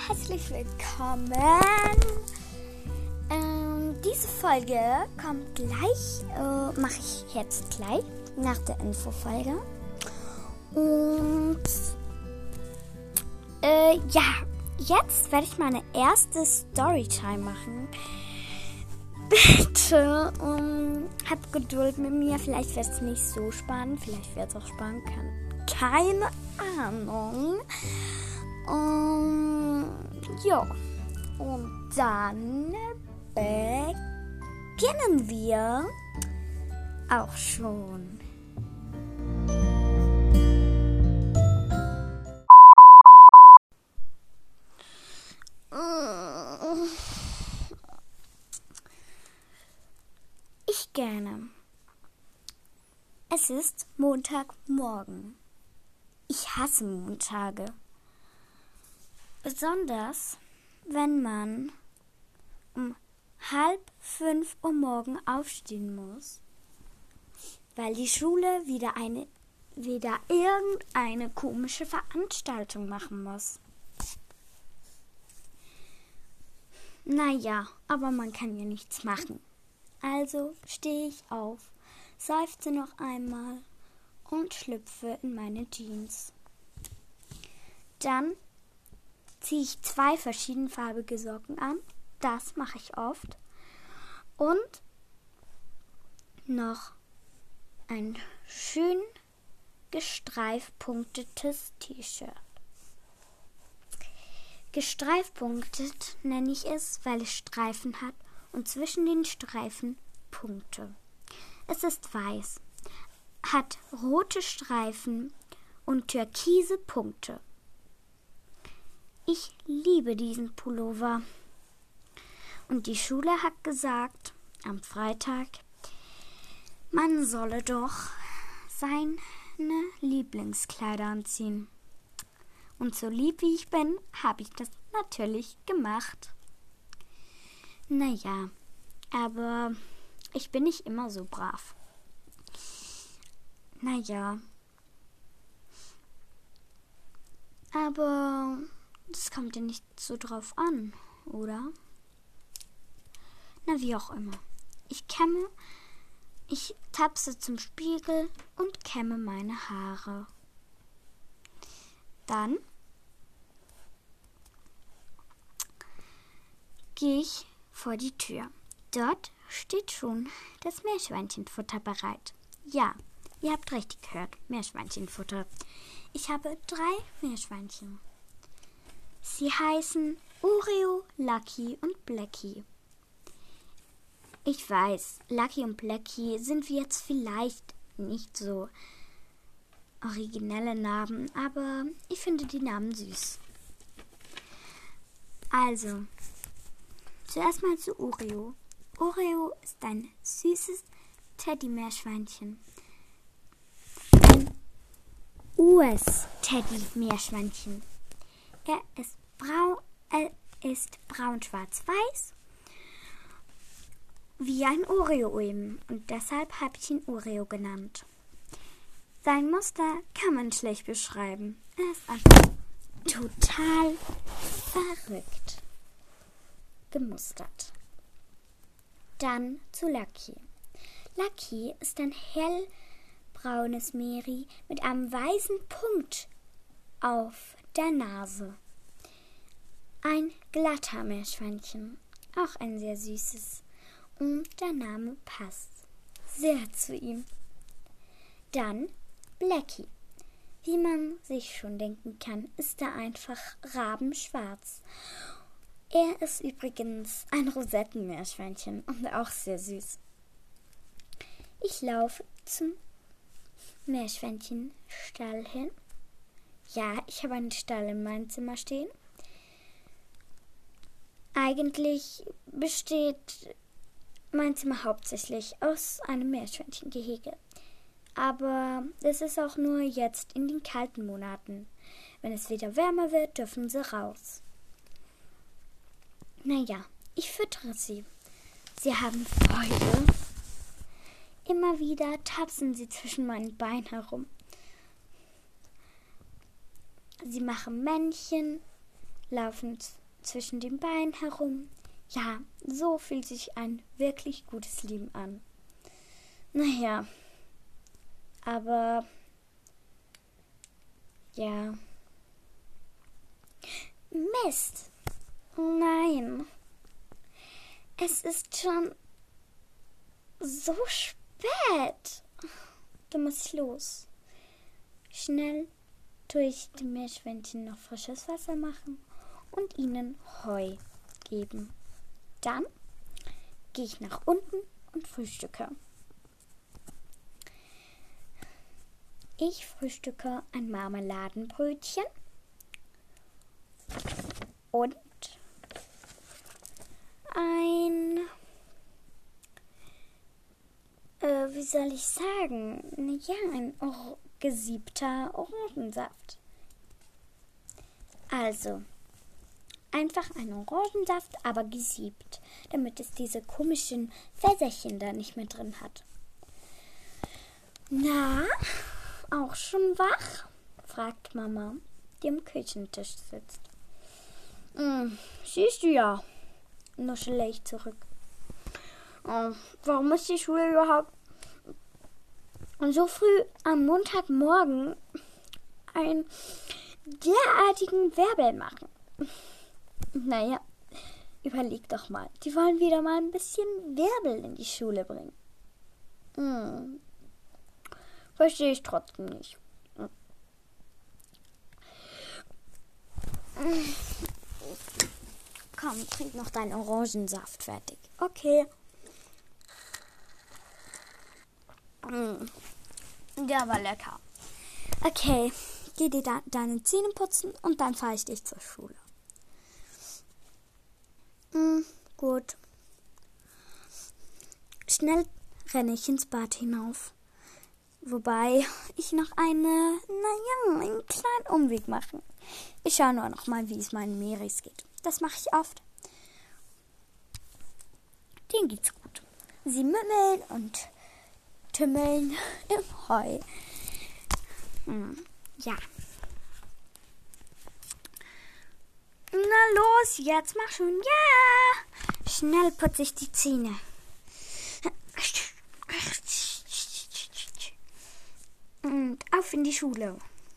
herzlich willkommen. Diese Folge kommt gleich, mache ich jetzt gleich nach der Infofolge. Und jetzt werde ich meine erste Storytime machen. Bitte, habt Geduld mit mir. Vielleicht wird es nicht so spannend, vielleicht wird es auch spannend. Keine Ahnung. Und dann beginnen wir auch schon. Ich gerne. Es ist Montagmorgen. Ich hasse Montage. Besonders, wenn man um 4:30 Uhr morgens aufstehen muss, weil die Schule wieder irgendeine komische Veranstaltung machen muss. Naja, aber man kann ja nichts machen. Also stehe ich auf, seufze noch einmal und schlüpfe in meine Jeans. Dann ziehe ich 2 verschiedenfarbige Socken an. Das mache ich oft. Und noch ein schön gestreifpunktetes T-Shirt. Gestreifpunktet nenne ich es, weil es Streifen hat und zwischen den Streifen Punkte. Es ist weiß, hat rote Streifen und türkise Punkte. Ich liebe diesen Pullover. Und die Schule hat gesagt, am Freitag, man solle doch seine Lieblingskleider anziehen. Und so lieb wie ich bin, habe ich das natürlich gemacht. Naja, aber ich bin nicht immer so brav. Naja, aber das kommt ja nicht so drauf an, oder? Na, wie auch immer. Ich tapse zum Spiegel und kämme meine Haare. Dann gehe ich vor die Tür. Dort steht schon das Meerschweinchenfutter bereit. Ja, ihr habt richtig gehört, Meerschweinchenfutter. Ich habe 3 Meerschweinchen. Sie heißen Oreo, Lucky und Blackie. Ich weiß, Lucky und Blackie sind jetzt vielleicht nicht so originelle Namen, aber ich finde die Namen süß. Also, zuerst mal zu Oreo. Oreo ist ein süßes Teddy-Meerschweinchen. Ein US-Teddy-Meerschweinchen. Er ist braun-schwarz-weiß, wie ein Oreo eben. Und deshalb habe ich ihn Oreo genannt. Sein Muster kann man schlecht beschreiben. Er ist einfach total verrückt gemustert. Dann zu Lucky. Lucky ist ein hellbraunes Meri mit einem weißen Punkt auf der Nase. Ein glatter Meerschweinchen, auch ein sehr süßes. Und der Name passt sehr zu ihm. Dann Blackie. Wie man sich schon denken kann, ist er einfach rabenschwarz. Er ist übrigens ein Rosettenmeerschweinchen und auch sehr süß. Ich laufe zum Meerschweinchenstall hin. Ja, ich habe einen Stall in meinem Zimmer stehen. Eigentlich besteht mein Zimmer hauptsächlich aus einem Meerschweinchengehege. Aber es ist auch nur jetzt in den kalten Monaten. Wenn es wieder wärmer wird, dürfen sie raus. Naja, ich füttere sie. Sie haben Freude. Immer wieder tapsen sie zwischen meinen Beinen herum. Sie machen Männchen, laufen zwischen den Beinen herum. Ja, so fühlt sich ein wirklich gutes Leben an. Naja, aber ja. Mist. Nein. Es ist schon so spät. Da muss ich los. Schnell tue ich den Meerschweinchen noch frisches Wasser machen und ihnen Heu geben. Dann gehe ich nach unten und frühstücke. Ich frühstücke ein Marmeladenbrötchen und ein, wie soll ich sagen, ja, ein gesiebter Orangensaft. Also, einfach ein Orangensaft, aber gesiebt, damit es diese komischen Fässerchen da nicht mehr drin hat. Na, auch schon wach? Fragt Mama, die am Küchentisch sitzt. Siehst du ja, nuschele ich zurück. Warum ist die Schule überhaupt so früh am Montagmorgen einen derartigen Wirbel machen? Naja, überleg doch mal. Die wollen wieder mal ein bisschen Wirbel in die Schule bringen. Verstehe ich trotzdem nicht. Komm, trink noch deinen Orangensaft fertig. Okay. Der war lecker. Okay, geh dir deine Zähne putzen und dann fahre ich dich zur Schule. Gut. Schnell renne ich ins Bad hinauf. Wobei ich noch einen kleinen Umweg mache. Ich schaue nur noch mal, wie es meinen Meris geht. Das mache ich oft. Denen geht's gut. Sie mümmeln und tümmeln im Heu. Ja. Na los, jetzt mach schon. Ja! Schnell putze ich die Zähne. Und auf in die Schule.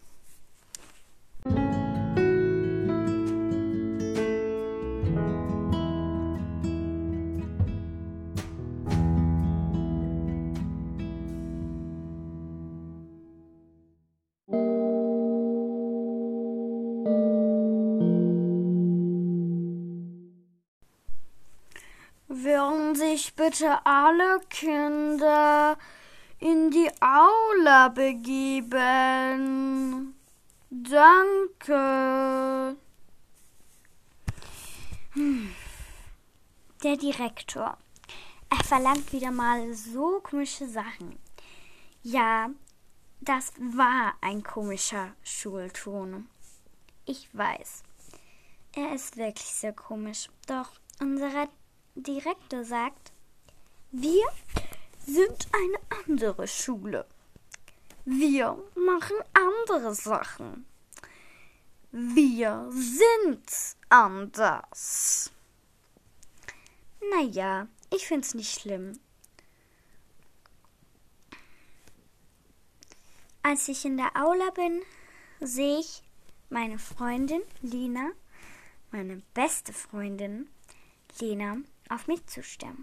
Würden sich bitte alle Kinder in die Aula begeben? Danke. Der Direktor. Er verlangt wieder mal so komische Sachen. Ja, das war ein komischer Schulton. Ich weiß. Er ist wirklich sehr komisch. Doch unser Direktor sagt, wir sind eine andere Schule. Wir machen andere Sachen. Wir sind anders. Naja, ich find's nicht schlimm. Als ich in der Aula bin, sehe ich meine Freundin Lena, meine beste Freundin Lena, auf mich zustimmen.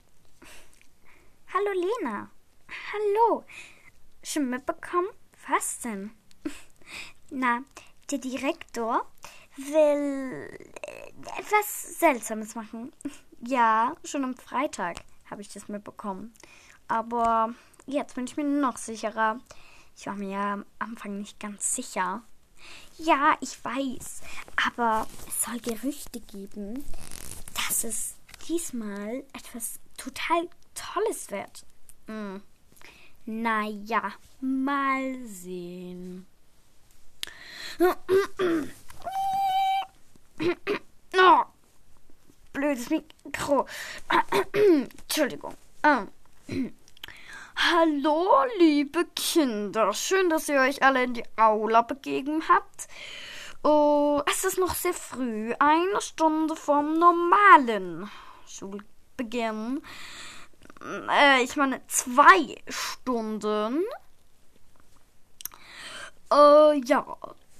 Hallo Lena. Hallo. Schon mitbekommen? Was denn? Na, der Direktor will etwas Seltsames machen. Ja, schon am Freitag habe ich das mitbekommen. Aber jetzt bin ich mir noch sicherer. Ich war mir ja am Anfang nicht ganz sicher. Ja, ich weiß. Aber es soll Gerüchte geben, dass es diesmal etwas total Tolles wird. Naja, mal sehen. Oh, blödes Mikro. Entschuldigung. Hallo, liebe Kinder. Schön, dass ihr euch alle in die Aula begeben habt. Es ist noch sehr früh, 1 Stunde vom normalen Schulbeginn. Ich meine 2 Stunden. Ja,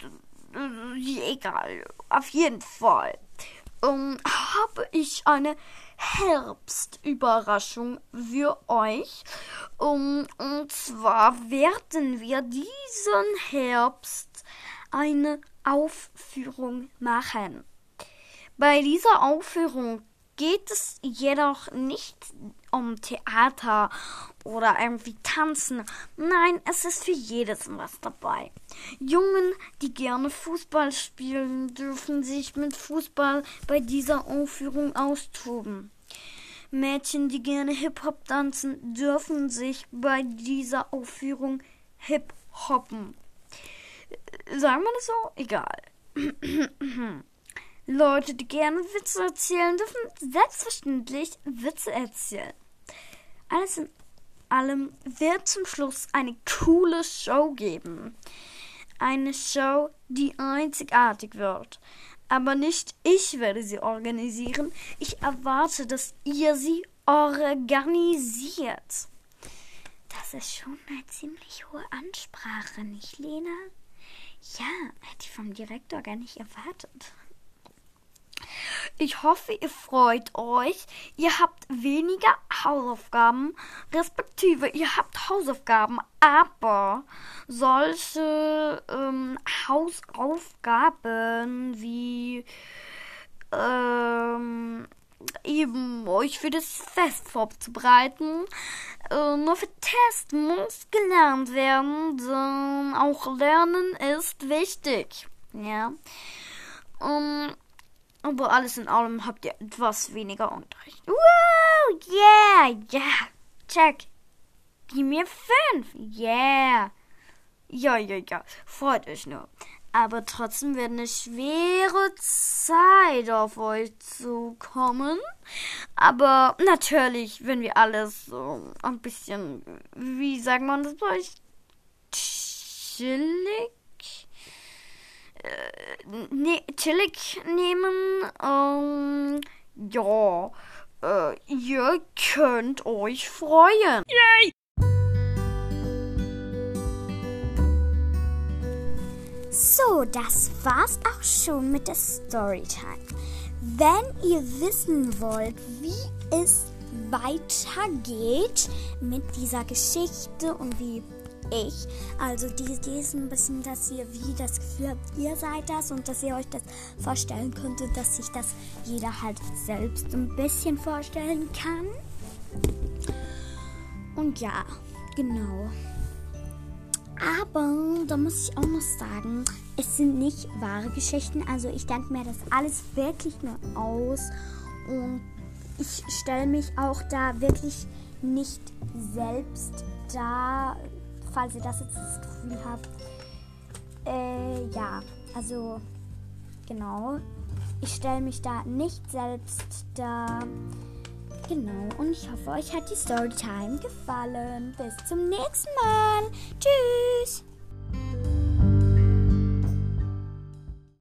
egal. Auf jeden Fall habe ich eine Herbstüberraschung für euch. Und zwar werden wir diesen Herbst eine Aufführung machen. Bei dieser Aufführung geht es jedoch nicht um Theater oder irgendwie Tanzen. Nein, es ist für jedes was dabei. Jungen, die gerne Fußball spielen, dürfen sich mit Fußball bei dieser Aufführung austoben. Mädchen, die gerne Hip-Hop tanzen, dürfen sich bei dieser Aufführung Hip-Hoppen. Sagen wir das so? Egal. Leute, die gerne Witze erzählen, dürfen selbstverständlich Witze erzählen. Alles in allem wird zum Schluss eine coole Show geben. Eine Show, die einzigartig wird. Aber nicht ich werde sie organisieren. Ich erwarte, dass ihr sie organisiert. Das ist schon eine ziemlich hohe Ansprache, nicht, Lena? Ja, hätte ich vom Direktor gar nicht erwartet. Ich hoffe, ihr freut euch. Ihr habt weniger Hausaufgaben, respektive ihr habt Hausaufgaben, aber solche Hausaufgaben wie eben euch für das Fest vorzubereiten, nur für Test muss gelernt werden, denn auch Lernen ist wichtig. Ja. Aber alles in allem habt ihr etwas weniger Unterricht. Wow, yeah, yeah. Check. Gib mir 5. Yeah. Ja. Freut euch nur. Aber trotzdem wird eine schwere Zeit auf euch zukommen. Aber natürlich, wenn wir alles so ein bisschen, wie sagt man das bei euch? Chillig nehmen. Ihr könnt euch freuen. Yay! So, das war's auch schon mit der Storytime. Wenn ihr wissen wollt, wie es weitergeht mit dieser Geschichte und wie ich, also die Idee ist ein bisschen, dass ihr wie das Gefühl habt, ihr seid das und dass ihr euch das vorstellen könntet, dass sich das jeder halt selbst ein bisschen vorstellen kann. Und ja, genau. Aber da muss ich auch noch sagen, es sind nicht wahre Geschichten. Also ich denke mir das alles wirklich nur aus. Und ich stelle mich auch da wirklich nicht selbst dar, falls ihr das jetzt das Gefühl habt. Ja, also genau. Ich stelle mich da nicht selbst dar. Genau, und ich hoffe, euch hat die Storytime gefallen. Bis zum nächsten Mal. Tschüss.